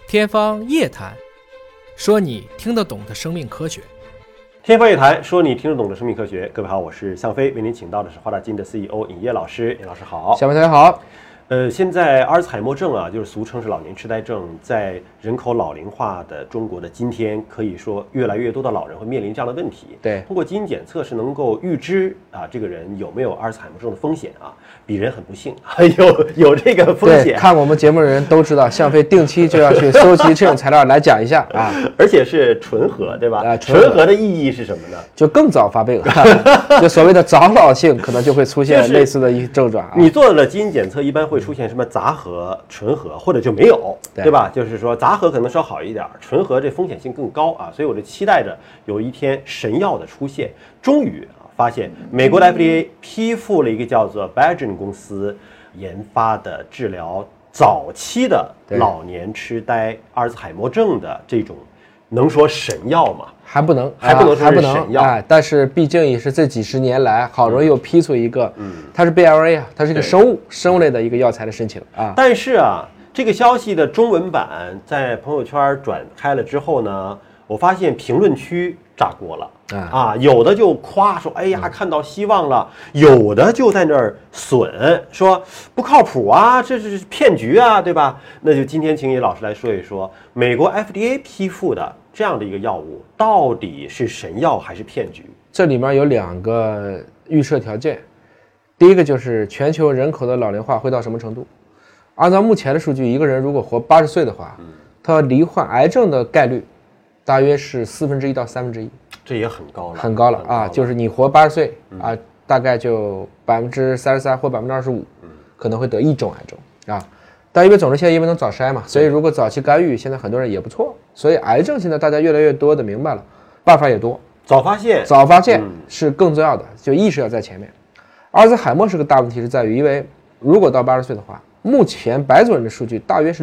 天方夜谭，说你听得懂的生命科学。 天方夜谭，说你听得懂的生命科学。各位好，我是向飞，为您请到的是华大基因的 CEO 尹烨老师。尹老师好。 小朋友好。 现在阿尔茨海默症啊，就是俗称是老年痴呆症，在人口老龄化的中国的今天，可以说越来越多的老人会面临这样的问题。 对， 通过基因检测是能够预知啊，这个人有没有阿尔茨海默症的风险啊。鄙人很不幸，有这个风险。 看我们节目的人都知道，向飞定期就要去搜集这种材料来讲一下啊， 而且是纯合，对吧？纯合的意义是什么呢？ 就更早发病，就所谓的早老性，可能就会出现类似的一症状啊。 你做了基因检测，一般会出现什么杂合、纯合，或者就没有，对吧？就是说杂合可能稍好一点，纯合这风险性更高啊。所以我就期待着有一天神药的出现，终于发现美国的 FDA 批复了一个叫做 Biogen 公司研发的治疗早期的老年痴呆、阿尔茨海默症的这种，能说神药吗？ 还不能说是神药， 但是毕竟也是这几十年来，好容易又批出一个，它是 BLA 啊，它是一个生物类的一个药材的申请啊。 但是啊，这个消息的中文版在朋友圈转开了之后呢，我发现评论区炸锅了啊！有的就夸说，哎呀，看到希望了；有的就在那儿损，说不靠谱啊，这是骗局啊，对吧？那就今天请尹老师来说一说，美国 FDA 批复的这样的一个药物，到底是神药还是骗局？ 这里面有两个预设条件，第一个就是全球人口的老龄化会到什么程度？按照目前的数据，一个人如果活80岁的话，他罹患癌症的概率大约是1/4到1/3， 这也很高了， 很高了啊！就是你活80岁啊，大概就33%或25%，可能会得一种癌症啊。但因为肿瘤现在因为能早筛嘛，所以如果早期干预，现在很多人也不错。所以癌症现在大家越来越多的明白了，办法也多， 早发现是更重要的，就意识要在前面。阿尔茨海默是个大问题，是在于因为如果到80岁的话，目前白种人的数据大约是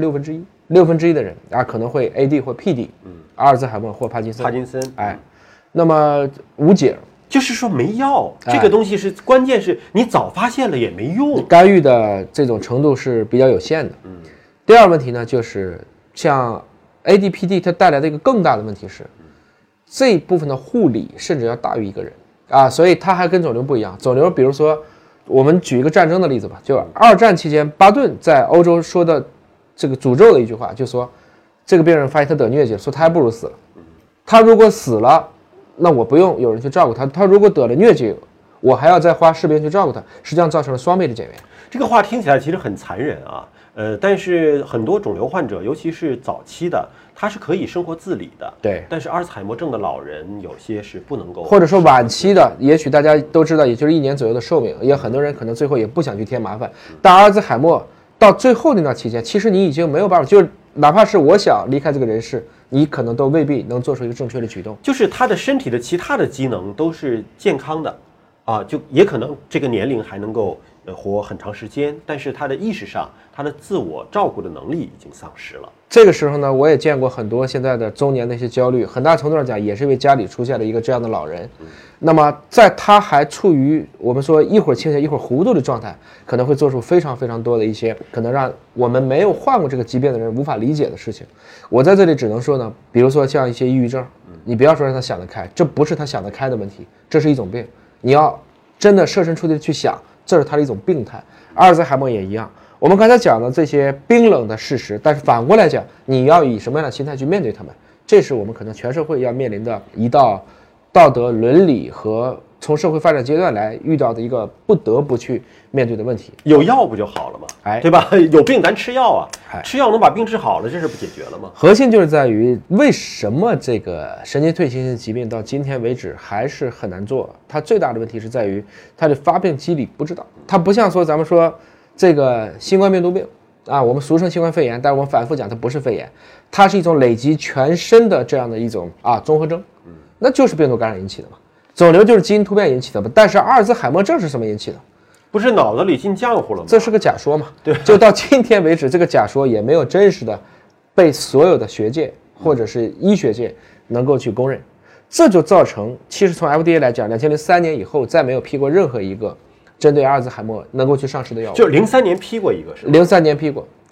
1/6的人啊可能会 AD 或 PD，阿尔茨海默或帕金森，那么无解， 就是说没药，这个东西是关键是你早发现了也没用， 干预的这种程度是比较有限的。第二个问题呢，就是像 AD、PD 它带来的一个更大的问题是，这一部分的护理甚至要大于一个人啊，所以它还跟肿瘤不一样。肿瘤，比如说我们举一个战争的例子吧，就2战期间，巴顿在欧洲说的这个诅咒的一句话，就说这个病人发现他得疟疾，说他还不如死了。他如果死了，那我不用有人去照顾他；他如果得了疟疾，我还要再花士兵去照顾他，实际上造成了双倍的减员。 这个话听起来其实很残忍啊，但是很多肿瘤患者，尤其是早期的，他是可以生活自理的。 对， 但是阿尔茨海默症的老人有些是不能够， 或者说晚期的，也许大家都知道，也就是1年左右的寿命，也很多人可能最后也不想去添麻烦。但阿尔茨海默到最后那段期间，其实你已经没有办法，就是哪怕是我想离开这个人世，你可能都未必能做出一个正确的举动。 就是他的身体的其他的机能都是健康的啊，就也可能这个年龄还能够活很长时间，但是他的意识上，他的自我照顾的能力已经丧失了。 这个时候呢，我也见过很多现在的中年的一些焦虑，很大程度上讲也是因为家里出现了一个这样的老人。那么在他还处于我们说一会儿清醒一会儿糊涂的状态，可能会做出非常非常多的一些可能让我们没有患过这个疾病的人无法理解的事情。我在这里只能说呢，比如说像一些抑郁症，你不要说让他想得开，这不是他想得开的问题，这是一种病。你要真的设身处地的去想，这是他的一种病态。阿尔茨海默也一样。我们刚才讲的这些冰冷的事实，但是反过来讲，你要以什么样的心态去面对他们，这是我们可能全社会要面临的一道道德伦理和从社会发展阶段来遇到的一个不得不去面对的问题。 有药不就好了吗？对吧？有病咱吃药啊，吃药能把病治好了，这事不解决了吗？ 核心就是在于为什么这个神经退行性疾病到今天为止还是很难做？它最大的问题是在于它的发病机理不知道。它不像说咱们说这个新冠病毒病啊，我们俗称新冠肺炎，但是我们反复讲它不是肺炎，它是一种累积全身的这样的一种综合征，那就是病毒感染引起的嘛。肿瘤就是基因突变引起的嘛，但是阿尔茨海默症是什么引起的？ 不是脑子里进浆糊了吗？ 这是个假说嘛？ 对， 就到今天为止，这个假说也没有真实的被所有的学界或者是医学界能够去公认，这就造成其实从 FDA 来讲，2003年以后再没有批过任何一个针对阿尔兹海默能够去上市的药物。 就03年批过一个是吧？ 03年批过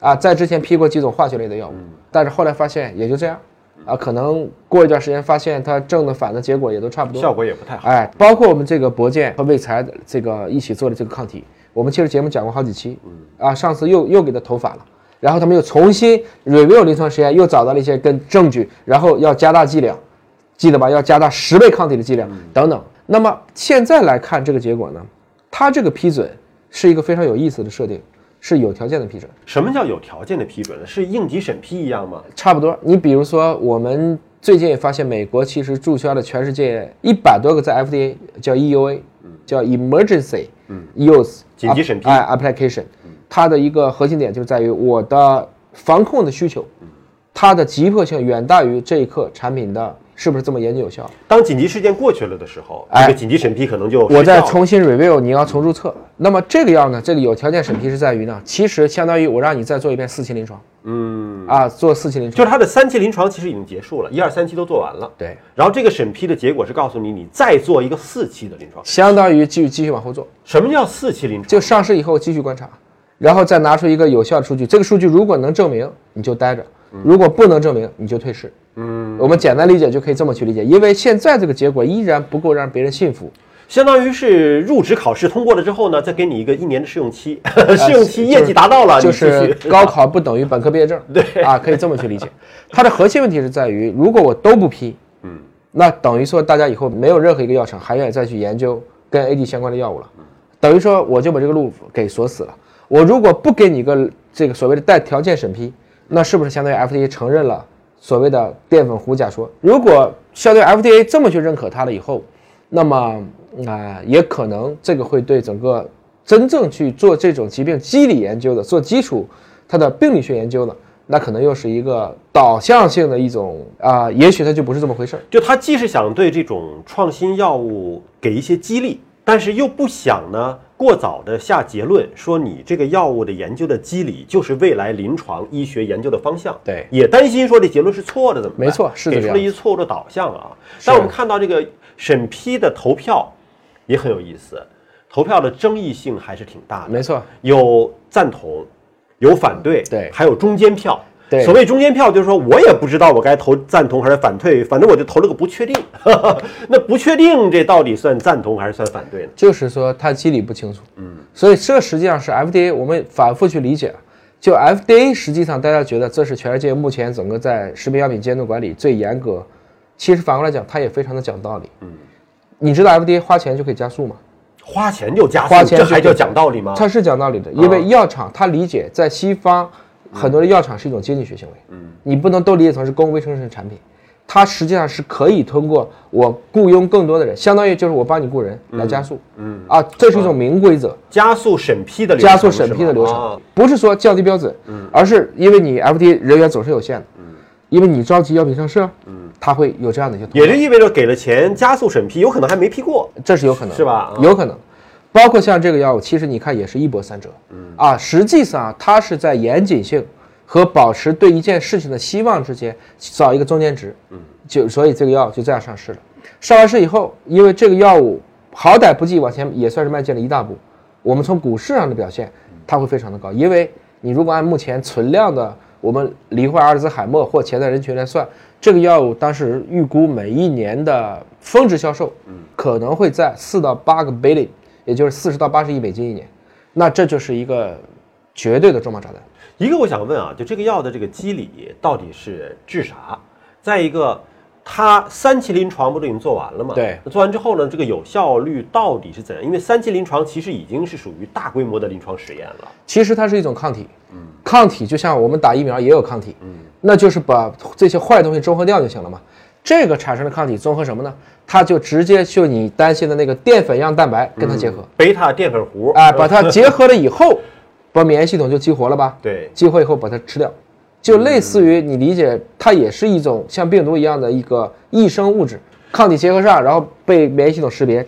啊，在之前批过几种化学类的药物，但是后来发现也就这样。啊，可能过一段时间发现它正的反的结果也都差不多， 效果也不太好。 哎，包括我们这个博健和卫材的这个一起做的这个抗体，我们其实节目讲过好几期，啊，上次又给它投反了，然后他们又重新 review 临床实验，又找到了一些跟证据，然后要加大剂量，记得吧？要加大10倍抗体的剂量等等。那么现在来看这个结果呢，它这个批准是一个非常有意思的设定。是有条件的批准。 什么叫有条件的批准呢？是应急审批一样吗？ 差不多。你比如说，我们最近也发现，美国其实注销了全世界100多个在 FDA 叫 EUA， 叫 Emergency Use 紧急审批 application， 它的一个核心点就在于我的防控的需求，它的急迫性远大于这一刻产品的是不是这么研究有效。 当紧急事件过去了的时候，这个紧急审批可能就我再重新 review， 你要重注册。那么这个药呢，这个有条件审批是在于呢，其实相当于我让你再做一遍4期临床，做4期临床， 就是它的3期临床其实已经结束了，1、2、3期都做完了。 对， 然后这个审批的结果是告诉你，你再做一个4期的临床， 相当于继续往后做。 什么叫4期临床？ 就上市以后继续观察，然后再拿出一个有效的数据，这个数据如果能证明，你就待着；如果不能证明，你就退市。我们简单理解就可以这么去理解，因为现在这个结果依然不够让别人信服。 相当于是入职考试通过了之后呢，再给你一个1年的试用期，试用期业绩达到了， 就是高考不等于本科毕业证， 对啊，可以这么去理解。它的核心问题是在于，如果我都不批，那等于说大家以后没有任何一个药厂还愿意再去研究跟 AD 相关的药物了，等于说我就把这个路给锁死了。我如果不给你一个这个所谓的带条件审批，那是不是相当于 FDA 承认了所谓的淀粉糊假说？如果相对 FDA 这么去认可它了以后，那么也可能这个会对整个真正去做这种疾病机理研究的、做基础它的病理学研究的，那可能又是一个导向性的一种也许它就不是这么回事。 就它既是想对这种创新药物给一些激励，但是又不想呢过早的下结论，说你这个药物的研究的机理就是未来临床医学研究的方向。 对， 也担心说这结论是错的怎么办？ 没错，是这样， 给出了一错误的导向啊。但我们看到这个审批的投票也很有意思，投票的争议性还是挺大的。 没错， 有赞同，有反对， 对， 还有中间票。 对， 所谓中间票就是说我也不知道我该投赞同还是反对，反正我就投了个不确定。那不确定这到底算赞同还是算反对呢？ 就是说它机理不清楚。所以这实际上是 FDA 我们反复去理解，就 FDA 实际上大家觉得这是全世界目前整个在食品药品监督管理最严格，其实反过来讲它也非常的讲道理。你知道 FDA 花钱就可以加速吗？ 花钱就加速， 花钱这还叫讲道理吗？ 它是讲道理的，因为药厂它理解在西方很多的药厂是一种经济学行为，你不能都理解成是公共卫生生产品，它实际上是可以通过我雇佣更多的人，相当于就是我帮你雇人来加速，这是一种明规则， 加速审批的流程， 加速审批的流程，不是说降低标准，而是因为你 FDA 人员总是有限的，因为你着急药品上市，它会有这样的一些， 也就意味着给了钱加速审批，有可能还没批过， 这是有可能， 是吧？ 有可能。包括像这个药物，其实你看也是一波三折，实际上它是在严谨性和保持对一件事情的希望之间找一个中间值，所以这个药就这样上市了。上完市以后，因为这个药物好歹不济往前也算是迈进了一大步，我们从股市上的表现，它会非常的高，因为你如果按目前存量的我们罹患阿尔兹海默或潜在人群来算，这个药物当时预估每一年的峰值销售，可能会在4到8个 billion。也就是40到80亿美金一年，那这就是一个绝对的重磅炸弹。 一个我想问啊，就这个药的这个机理到底是治啥？再一个，它3期临床不都已经做完了吗？ 对， 做完之后呢，这个有效率到底是怎样？因为3期临床其实已经是属于大规模的临床实验了。 其实它是一种抗体，抗体就像我们打疫苗也有抗体，那就是把这些坏东西中和掉就行了嘛。这个产生的抗体综合什么呢？它就直接就你担心的那个淀粉样蛋白跟它结合， 贝塔淀粉糊， 把它结合了以后，把免疫系统就激活了吧？ 对， 激活以后把它吃掉，就类似于你理解，它也是一种像病毒一样的一个异生物质，抗体结合上，然后被免疫系统识别吃掉，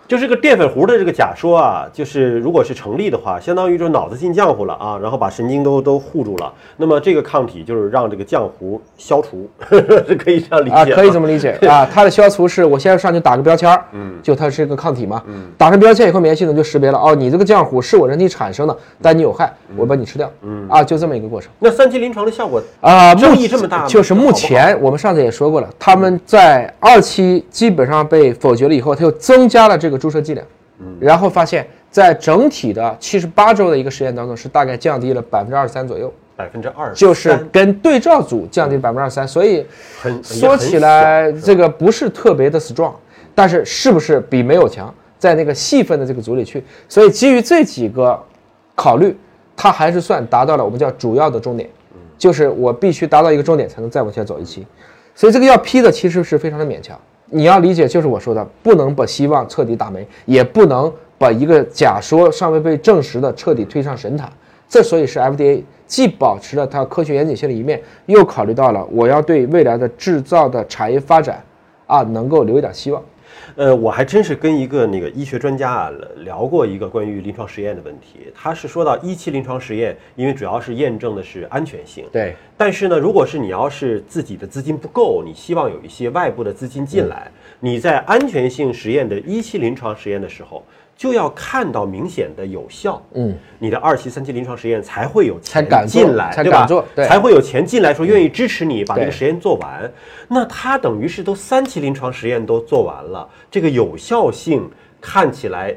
就是这个淀粉糊的这个假说啊，就是如果是成立的话，相当于就是脑子进浆糊了啊，然后把神经都护住了。那么这个抗体就是让这个浆糊消除，是可以这样理解啊，可以这么理解啊。它的消除是我先上去打个标签，就它是一个抗体嘛，打上标签以后，免疫系统就识别了，哦，你这个浆糊是我人体产生的，但你有害，我把你吃掉，啊，就这么一个过程。 那3期临床的效果争议这么大吗？ 就是目前我们上次也说过了，他们在2期基本上被否决了以后，他又增加了这个注射剂量，然后发现，在整体的78周的一个实验当中，是大概降低了23%左右 ，23%， 就是跟对照组降低23%，所以说起来这个不是特别的 strong， 但是是不是比没有强，在那个细分的这个组里去，所以基于这几个考虑，它还是算达到了我们叫主要的终点，就是我必须达到一个终点才能再往前走1期，所以这个要批的其实是非常的勉强。你要理解，就是我说的，不能把希望彻底打没，也不能把一个假说尚未被证实的彻底推上神坛。这所以是 FDA 既保持了它科学严谨性的一面，又考虑到了我要对未来的制造的产业发展啊能够留一点希望。 我还真是跟一个那个医学专家啊聊过一个关于临床实验的问题。他是说到1期临床实验，因为主要是验证的是安全性。 对。 但是呢，如果是你要是自己的资金不够，你希望有一些外部的资金进来，你在安全性实验的1期临床实验的时候，就要看到明显的有效，你的2期、3期临床实验才会有钱进来，对吧？才会有钱进来，说愿意支持你把这个实验做完。那它等于是都3期临床实验都做完了，这个有效性看起来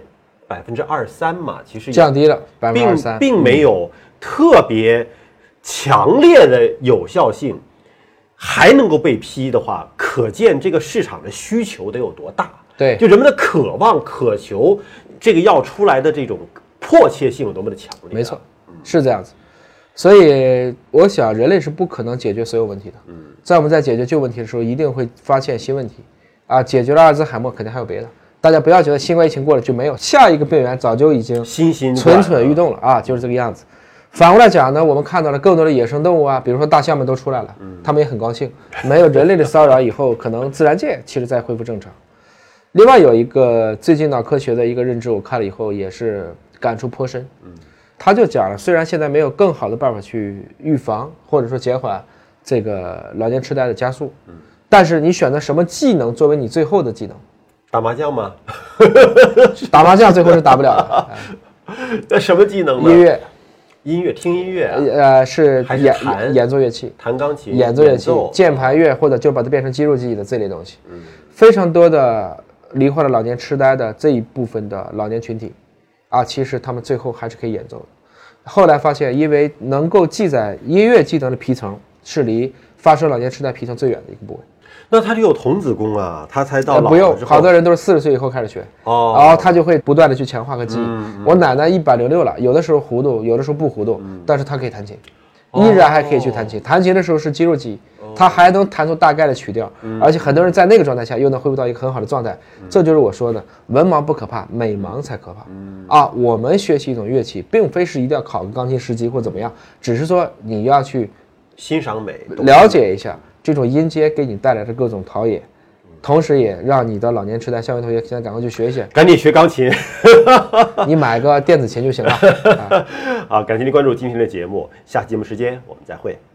23%嘛，其实降低了23%， 并没有特别强烈的有效性，还能够被批的话，可见这个市场的需求得有多大。 对， 就人们的渴望、渴求这个药出来的这种迫切性有多么的强烈。 没错，是这样子。所以我想，人类是不可能解决所有问题的。在我们在解决旧问题的时候，一定会发现新问题。啊，解决了阿尔兹海默，肯定还有别的。大家不要觉得新冠疫情过了就没有，下一个病源早就已经蠢蠢欲动了啊，就是这个样子。反过来讲呢，我们看到了更多的野生动物啊，比如说大象们都出来了，他们也很高兴，没有人类的骚扰以后，可能自然界其实在恢复正常。另外有一个最近脑科学的一个认知，我看了以后也是感触颇深。他就讲了，虽然现在没有更好的办法去预防或者说减缓这个老年痴呆的加速，但是你选择什么技能作为你最后的技能？ 打麻将吗？ 打麻将最后是打不了的。 那什么技能呢？音乐，听音乐啊？ 是演奏乐器， 弹钢琴， 演奏乐器，键盘乐，或者就把它变成肌肉记忆的这类东西。非常多的罹患了老年痴呆的这一部分的老年群体啊，其实他们最后还是可以演奏的。后来发现，因为能够记载音乐技能的皮层是离发生老年痴呆皮层最远的一个部位。 那他就有童子功啊，他才到老不用，好多人都是40岁以后开始学，然后他就会不断的去强化和记忆。我奶奶166了，有的时候糊涂，有的时候不糊涂，但是她可以弹琴，依然还可以去弹琴。弹琴的时候是肌肉记忆，她还能弹出大概的曲调，而且很多人在那个状态下又能恢复到一个很好的状态。这就是我说的，文盲不可怕，美盲才可怕。啊，我们学习一种乐器，并非是一定要考个钢琴10级或怎么样，只是说你要去欣赏美， 了解一下这种音阶给你带来的各种陶冶，同时也让你的老年痴呆校园同学现在赶快去学一学， 赶紧学钢琴。 你买个电子琴就行了。 好，感谢您关注今天的节目，下期节目时间我们再会。